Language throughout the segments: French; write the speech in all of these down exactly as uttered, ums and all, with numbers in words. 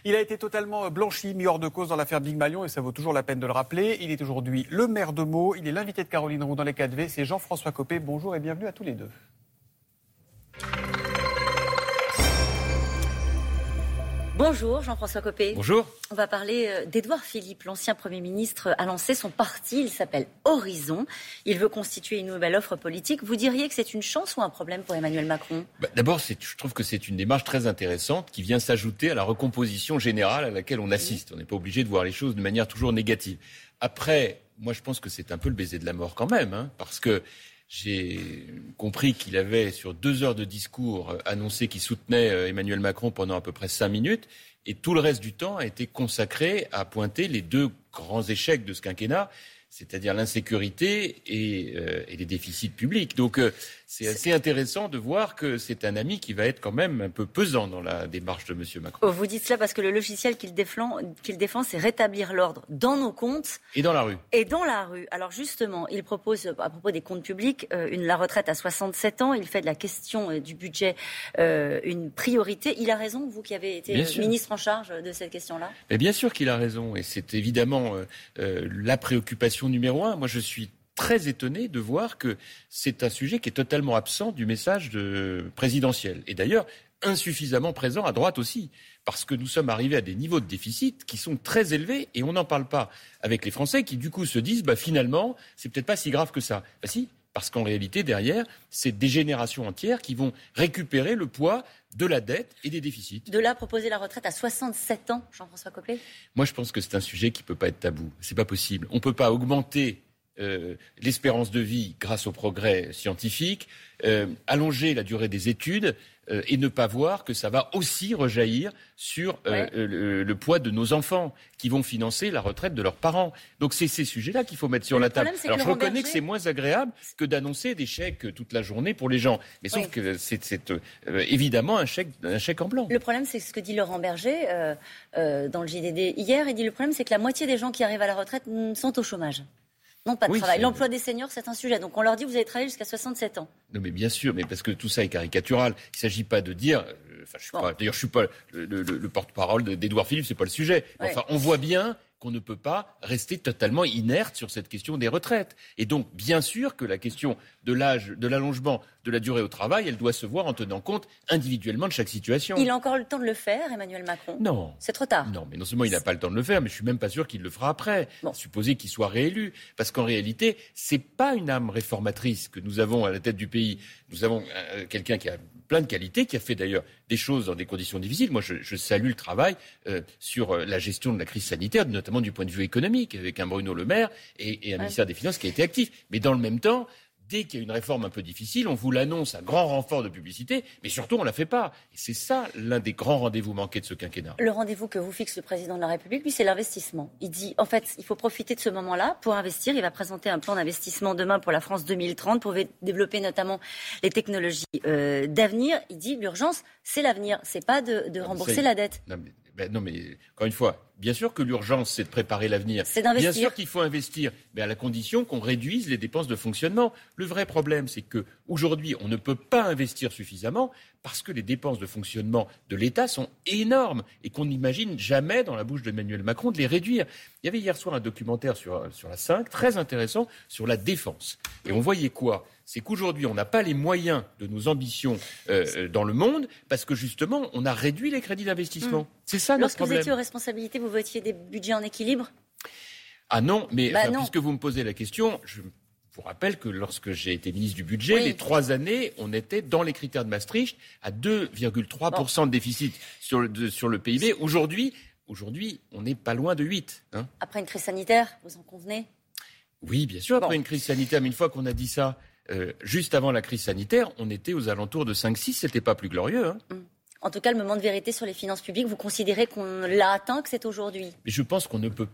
Il a été totalement blanchi, mis hors de cause dans l'affaire Big Malion et ça vaut toujours la peine de le rappeler. Il est aujourd'hui le maire de Meaux. Il est l'invité de Caroline Roux dans les quatre V. C'est Jean-François Copé. Bonjour et bienvenue à tous les deux. Bonjour Jean-François Copé. Bonjour. On va parler d'Édouard Philippe. L'ancien Premier ministre a lancé son parti, il s'appelle Horizon. Il veut constituer une nouvelle offre politique. Vous diriez que c'est une chance ou un problème pour Emmanuel Macron ? bah, D'abord, c'est, je trouve que c'est une démarche très intéressante qui vient s'ajouter à la recomposition générale à laquelle on assiste. On n'est pas obligé de voir les choses de manière toujours négative. Après, moi je pense que c'est un peu le baiser de la mort quand même, hein, parce que j'ai compris qu'il avait, sur deux heures de discours, annoncé qu'il soutenait Emmanuel Macron pendant à peu près cinq minutes. Et tout le reste du temps a été consacré à pointer les deux grands échecs de ce quinquennat, c'est-à-dire l'insécurité et, euh, et les déficits publics. Donc euh, c'est assez intéressant de voir que c'est un ami qui va être quand même un peu pesant dans la démarche de M. Macron. Vous dites cela parce que le logiciel qu'il défend, qu'il défend, c'est rétablir l'ordre dans nos comptes. Et dans la rue. Et dans la rue. Alors justement, il propose, à propos des comptes publics, euh, une, la retraite à soixante-sept ans. Il fait de la question euh, du budget euh, une priorité. Il a raison, vous qui avez été euh, ministre en charge de cette question-là ? Mais bien sûr qu'il a raison. Et c'est évidemment euh, euh, la préoccupation numéro un. Moi, je suis très étonné de voir que c'est un sujet qui est totalement absent du message de présidentiel. Et d'ailleurs, insuffisamment présent à droite aussi. Parce que nous sommes arrivés à des niveaux de déficit qui sont très élevés et on n'en parle pas avec les Français qui, du coup, se disent, bah, finalement, c'est peut-être pas si grave que ça. Bah si, parce qu'en réalité, derrière, c'est des générations entières qui vont récupérer le poids de la dette et des déficits. De là, proposer la retraite à soixante-sept ans, Jean-François Copé ? Moi, je pense que c'est un sujet qui ne peut pas être tabou. C'est pas possible. On ne peut pas augmenter euh, l'espérance de vie grâce au progrès scientifique, euh, allonger la durée des études euh, et ne pas voir que ça va aussi rejaillir sur euh, ouais. le, le poids de nos enfants qui vont financer la retraite de leurs parents. Donc c'est ces sujets-là qu'il faut mettre sur le la table. Problème, Alors je reconnais Berger... que c'est moins agréable que d'annoncer des chèques toute la journée pour les gens. Mais sauf oui. que c'est, c'est euh, évidemment un chèque, un chèque en blanc. Le problème, c'est ce que dit Laurent Berger euh, euh, dans le J D D hier. Il dit le problème, c'est que la moitié des gens qui arrivent à la retraite sont au chômage. Non, pas de oui, travail. C'est... L'emploi des seniors, c'est un sujet. Donc on leur dit, vous allez travailler jusqu'à soixante-sept ans. Non, mais bien sûr, mais parce que tout ça est caricatural. Il ne s'agit pas de dire... Euh, enfin, je suis bon. pas, d'ailleurs, je ne suis pas le, le, le porte-parole d'Édouard Philippe, ce n'est pas le sujet. Ouais. Enfin, on voit bien qu'on ne peut pas rester totalement inerte sur cette question des retraites. Et donc, bien sûr que la question de l'âge, de l'allongement de la durée au travail, elle doit se voir en tenant compte individuellement de chaque situation. Il a encore le temps de le faire, Emmanuel Macron ? Non. C'est trop tard. Non, mais non seulement il n'a pas le temps de le faire, mais je suis même pas sûr qu'il le fera après. Bon. Supposer qu'il soit réélu. Parce qu'en réalité, c'est pas une âme réformatrice que nous avons à la tête du pays. Nous avons euh, quelqu'un qui a plein de qualités, qui a fait d'ailleurs des choses dans des conditions difficiles. Moi, je, je salue le travail euh, sur euh, la gestion de la crise sanitaire, notamment du point de vue économique, avec un Bruno Le Maire et, et un ouais. ministère des Finances qui a été actif. Mais dans le même temps, dès qu'il y a une réforme un peu difficile, on vous l'annonce à grand renfort de publicité, mais surtout on ne la fait pas. Et c'est ça l'un des grands rendez-vous manqués de ce quinquennat. Le rendez-vous que vous fixe le président de la République, lui, c'est l'investissement. Il dit, en fait, il faut profiter de ce moment-là pour investir. Il va présenter un plan d'investissement demain pour la France deux mille trente, pour développer notamment les technologies euh, d'avenir. Il dit, l'urgence, c'est l'avenir, c'est pas de, de rembourser la dette. Non mais, ben non, mais encore une fois, bien sûr que l'urgence, c'est de préparer l'avenir. C'est d'investir. Bien sûr qu'il faut investir, mais à la condition qu'on réduise les dépenses de fonctionnement. Le vrai problème, c'est qu'aujourd'hui, on ne peut pas investir suffisamment parce que les dépenses de fonctionnement de l'État sont énormes et qu'on n'imagine jamais dans la bouche d'Emmanuel Macron de les réduire. Il y avait hier soir un documentaire sur, sur la cinq, très intéressant, sur la défense. Et on voyait quoi ? C'est qu'aujourd'hui, on n'a pas les moyens de nos ambitions euh, dans le monde parce que justement, on a réduit les crédits d'investissement. Mmh. C'est ça notre Lorsque problème. Lorsque vous étiez aux responsabilités, vous votiez des budgets en équilibre ? Ah non, mais bah enfin, non. puisque vous me posez la question, je vous rappelle que lorsque j'ai été ministre du Budget, oui. les trois années, on était dans les critères de Maastricht à deux virgule trois pour cent bon. de déficit sur le, de, sur le P I B. Aujourd'hui, aujourd'hui, on n'est pas loin de huit. Hein. Après une crise sanitaire, vous en convenez ? Oui, bien sûr, après bon. une crise sanitaire, mais une fois qu'on a dit ça... Euh, juste avant la crise sanitaire, on était aux alentours de cinq six, c'était pas plus glorieux. Hein. En tout cas, le moment de vérité sur les finances publiques, vous considérez qu'on l'a atteint, que c'est aujourd'hui ? Mais je pense qu'on ne peut pas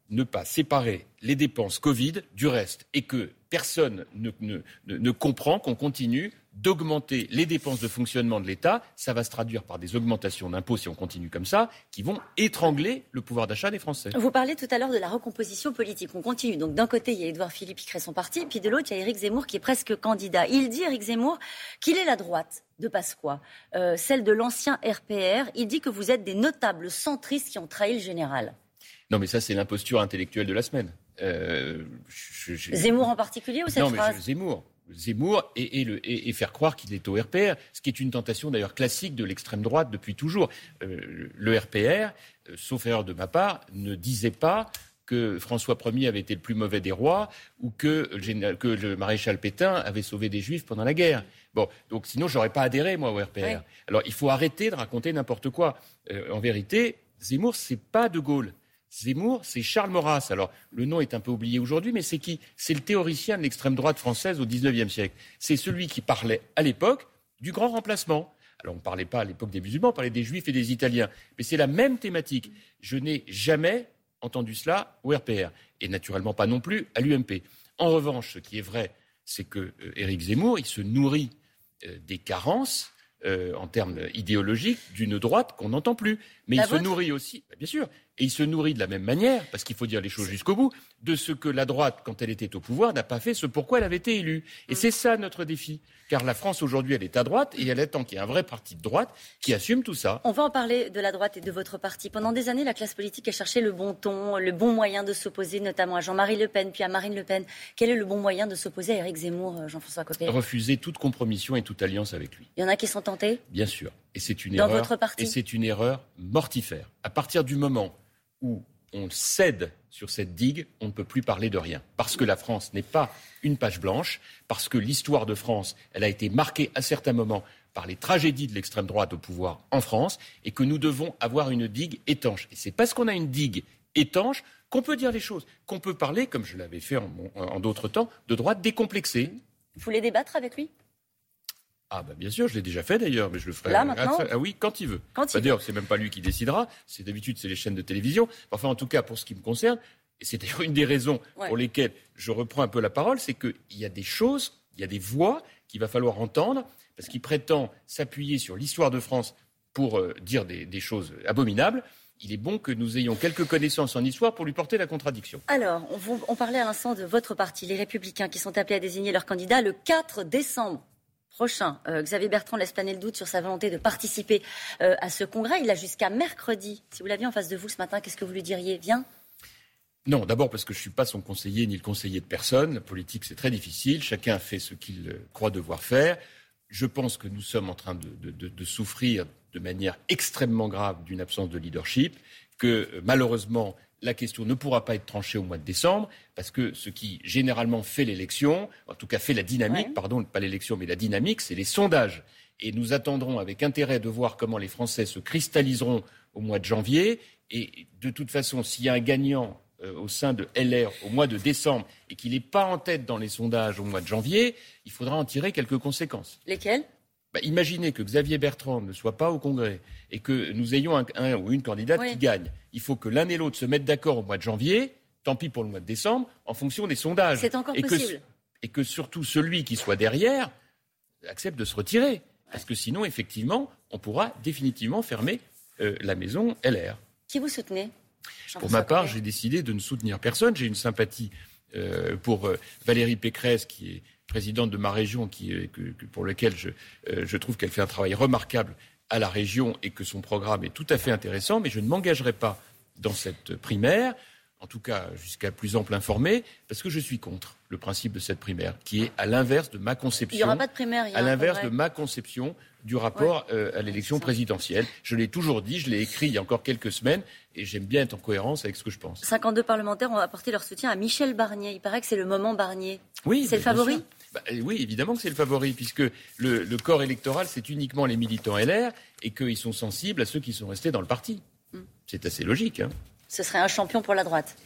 ne pas séparer les dépenses Covid du reste et que personne ne, ne, ne comprend qu'on continue d'augmenter les dépenses de fonctionnement de l'État, ça va se traduire par des augmentations d'impôts si on continue comme ça, qui vont étrangler le pouvoir d'achat des Français. Vous parlez tout à l'heure de la recomposition politique. On continue. Donc d'un côté, il y a Édouard Philippe qui crée son parti, puis de l'autre, il y a Éric Zemmour qui est presque candidat. Il dit, Éric Zemmour, qu'il est la droite de Pasqua, euh, celle de l'ancien R P R. Il dit que vous êtes des notables centristes qui ont trahi le général. Non, mais ça, c'est l'imposture intellectuelle de la semaine. Euh, je, je... Zemmour en particulier ou cette non, mais phrase je, Zemmour. Zemmour et, et, le, et, et faire croire qu'il est au R P R, ce qui est une tentation d'ailleurs classique de l'extrême droite depuis toujours. Euh, le R P R, euh, sauf erreur de ma part, ne disait pas que François Ier avait été le plus mauvais des rois ou que le, que le maréchal Pétain avait sauvé des Juifs pendant la guerre. Bon, donc sinon j'aurais pas adhéré moi au R P R. Oui. Alors il faut arrêter de raconter n'importe quoi. Euh, en vérité, Zemmour c'est pas De Gaulle. Zemmour, c'est Charles Maurras. Alors, le nom est un peu oublié aujourd'hui, mais c'est qui ? C'est le théoricien de l'extrême droite française au dix-neuvième siècle. C'est celui qui parlait à l'époque du grand remplacement. Alors, on ne parlait pas à l'époque des musulmans, on parlait des juifs et des italiens. Mais c'est la même thématique. Je n'ai jamais entendu cela au R P R. Et naturellement pas non plus à l'U M P. En revanche, ce qui est vrai, c'est que euh, Éric Zemmour, il se nourrit euh, des carences Euh, en termes idéologiques, d'une droite qu'on n'entend plus. Mais la il vôtre se nourrit aussi, bien sûr, et il se nourrit de la même manière, parce qu'il faut dire les choses jusqu'au bout, de ce que la droite, quand elle était au pouvoir, n'a pas fait ce pourquoi elle avait été élue. Et mmh. c'est ça notre défi. Car la France, aujourd'hui, elle est à droite, et elle attend qu'il y ait un vrai parti de droite qui assume tout ça. On va en parler de la droite et de votre parti. Pendant des années, la classe politique a cherché le bon ton, le bon moyen de s'opposer, notamment à Jean-Marie Le Pen, puis à Marine Le Pen. Quel est le bon moyen de s'opposer à Éric Zemmour, Jean-François Copé ? Refuser toute compromission et toute alliance avec lui. Il y en a qui sont tentés ? Bien sûr. Et c'est une Dans erreur. votre parti ? Et c'est une erreur mortifère. À partir du moment où on cède sur cette digue, on ne peut plus parler de rien. Parce que la France n'est pas une page blanche, parce que l'histoire de France, elle a été marquée à certains moments par les tragédies de l'extrême droite au pouvoir en France, et que nous devons avoir une digue étanche. Et c'est parce qu'on a une digue étanche qu'on peut dire les choses, qu'on peut parler, comme je l'avais fait en, en d'autres temps, de droite décomplexée. Vous voulez débattre avec lui ? Ah bah bien sûr, je l'ai déjà fait d'ailleurs, mais je le ferai. Là, maintenant ? Ah oui, quand il veut. Quand il bah, d'ailleurs, veut. c'est même pas lui qui décidera. C'est d'habitude, c'est les chaînes de télévision. Enfin, en tout cas, pour ce qui me concerne, et c'est d'ailleurs une des raisons ouais. pour lesquelles je reprends un peu la parole, c'est qu'il y a des choses, il y a des voix qu'il va falloir entendre, parce qu'il prétend s'appuyer sur l'histoire de France pour euh, dire des, des choses abominables. Il est bon que nous ayons quelques connaissances en histoire pour lui porter la contradiction. Alors, on, on parlait à l'instant de votre parti, les Républicains, qui sont appelés à désigner leur candidat le quatre décembre. Prochain. Euh, Xavier Bertrand laisse planer le doute sur sa volonté de participer euh, à ce congrès. Il a jusqu'à mercredi. Si vous l'aviez en face de vous ce matin, qu'est-ce que vous lui diriez ? Viens ? Non, d'abord parce que je ne suis pas son conseiller ni le conseiller de personne. La politique, c'est très difficile. Chacun fait ce qu'il croit devoir faire. Je pense que nous sommes en train de, de, de, de souffrir de manière extrêmement grave d'une absence de leadership, que malheureusement, la question ne pourra pas être tranchée au mois de décembre, parce que ce qui généralement fait l'élection, en tout cas fait la dynamique, ouais. pardon, pas l'élection, mais la dynamique, c'est les sondages. Et nous attendrons avec intérêt de voir comment les Français se cristalliseront au mois de janvier. Et de toute façon, s'il y a un gagnant euh, au sein de L R au mois de décembre et qu'il n'est pas en tête dans les sondages au mois de janvier, il faudra en tirer quelques conséquences. Lesquelles ? Bah, imaginez que Xavier Bertrand ne soit pas au Congrès et que nous ayons un, un ou une candidate oui. qui gagne. Il faut que l'un et l'autre se mettent d'accord au mois de janvier, tant pis pour le mois de décembre, en fonction des sondages. C'est encore et possible. Que, et que surtout celui qui soit derrière accepte de se retirer. Parce que sinon, effectivement, on pourra définitivement fermer euh, la maison L R. Qui vous soutenez ? Pour ma part, j'ai décidé de ne soutenir personne. J'ai une sympathie euh, pour euh, Valérie Pécresse, qui est présidente de ma région, qui, que, que pour lequel je, euh, je trouve qu'elle fait un travail remarquable à la région et que son programme est tout à fait intéressant, mais je ne m'engagerai pas dans cette primaire, en tout cas jusqu'à plus ample informé, parce que je suis contre le principe de cette primaire, qui est à l'inverse de ma conception. Il n'y aura pas de primaire. Il y a à l'inverse de ma conception du rapport ouais. euh, à l'élection présidentielle. Je l'ai toujours dit, je l'ai écrit il y a encore quelques semaines, et j'aime bien être en cohérence avec ce que je pense. cinquante-deux parlementaires ont apporté leur soutien à Michel Barnier. Il paraît que c'est le moment Barnier. Oui, c'est le favori. Bah, oui, évidemment que c'est le favori, puisque le, le corps électoral, c'est uniquement les militants L R, et qu'ils sont sensibles à ceux qui sont restés dans le parti. Mm. C'est assez logique. Hein. Ce serait un champion pour la droite.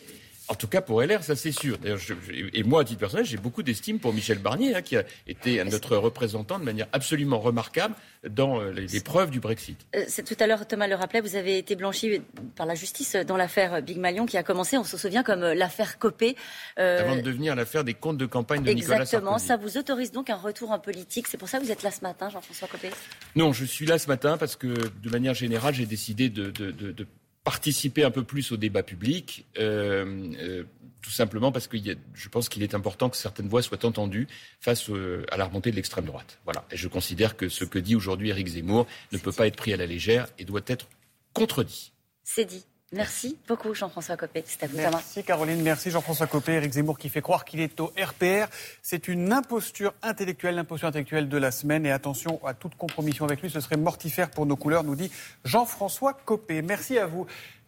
En tout cas, pour L R, ça c'est sûr. D'ailleurs, je, je, et moi, à titre personnel, j'ai beaucoup d'estime pour Michel Barnier, hein, qui a été notre représentant de manière absolument remarquable dans euh, l'épreuve du Brexit. Euh, c'est tout à l'heure, Thomas le rappelait, vous avez été blanchi par la justice dans l'affaire Big Malion, qui a commencé, on se souvient, comme euh, l'affaire Copé. Euh... Avant de devenir l'affaire des comptes de campagne de Exactement. Nicolas Sarkozy. Exactement. Ça vous autorise donc un retour en politique. C'est pour ça que vous êtes là ce matin, Jean-François Copé? Non, je suis là ce matin parce que, de manière générale, j'ai décidé de, de, de, de participer un peu plus au débat public. Euh, euh, Tout simplement parce que y a, je pense qu'il est important que certaines voix soient entendues face euh, à la remontée de l'extrême droite. Voilà. Et je considère que ce que dit aujourd'hui Éric Zemmour ne C'est peut dit. pas être pris à la légère et doit être contredit. C'est dit. Merci beaucoup Jean-François Copé. C'est à vous, Thomas. Merci Caroline, merci Jean-François Copé. Éric Zemmour qui fait croire qu'il est au R P R. C'est une imposture intellectuelle, l'imposture intellectuelle de la semaine. Et attention à toute compromission avec lui, ce serait mortifère pour nos couleurs, nous dit Jean-François Copé. Merci à vous.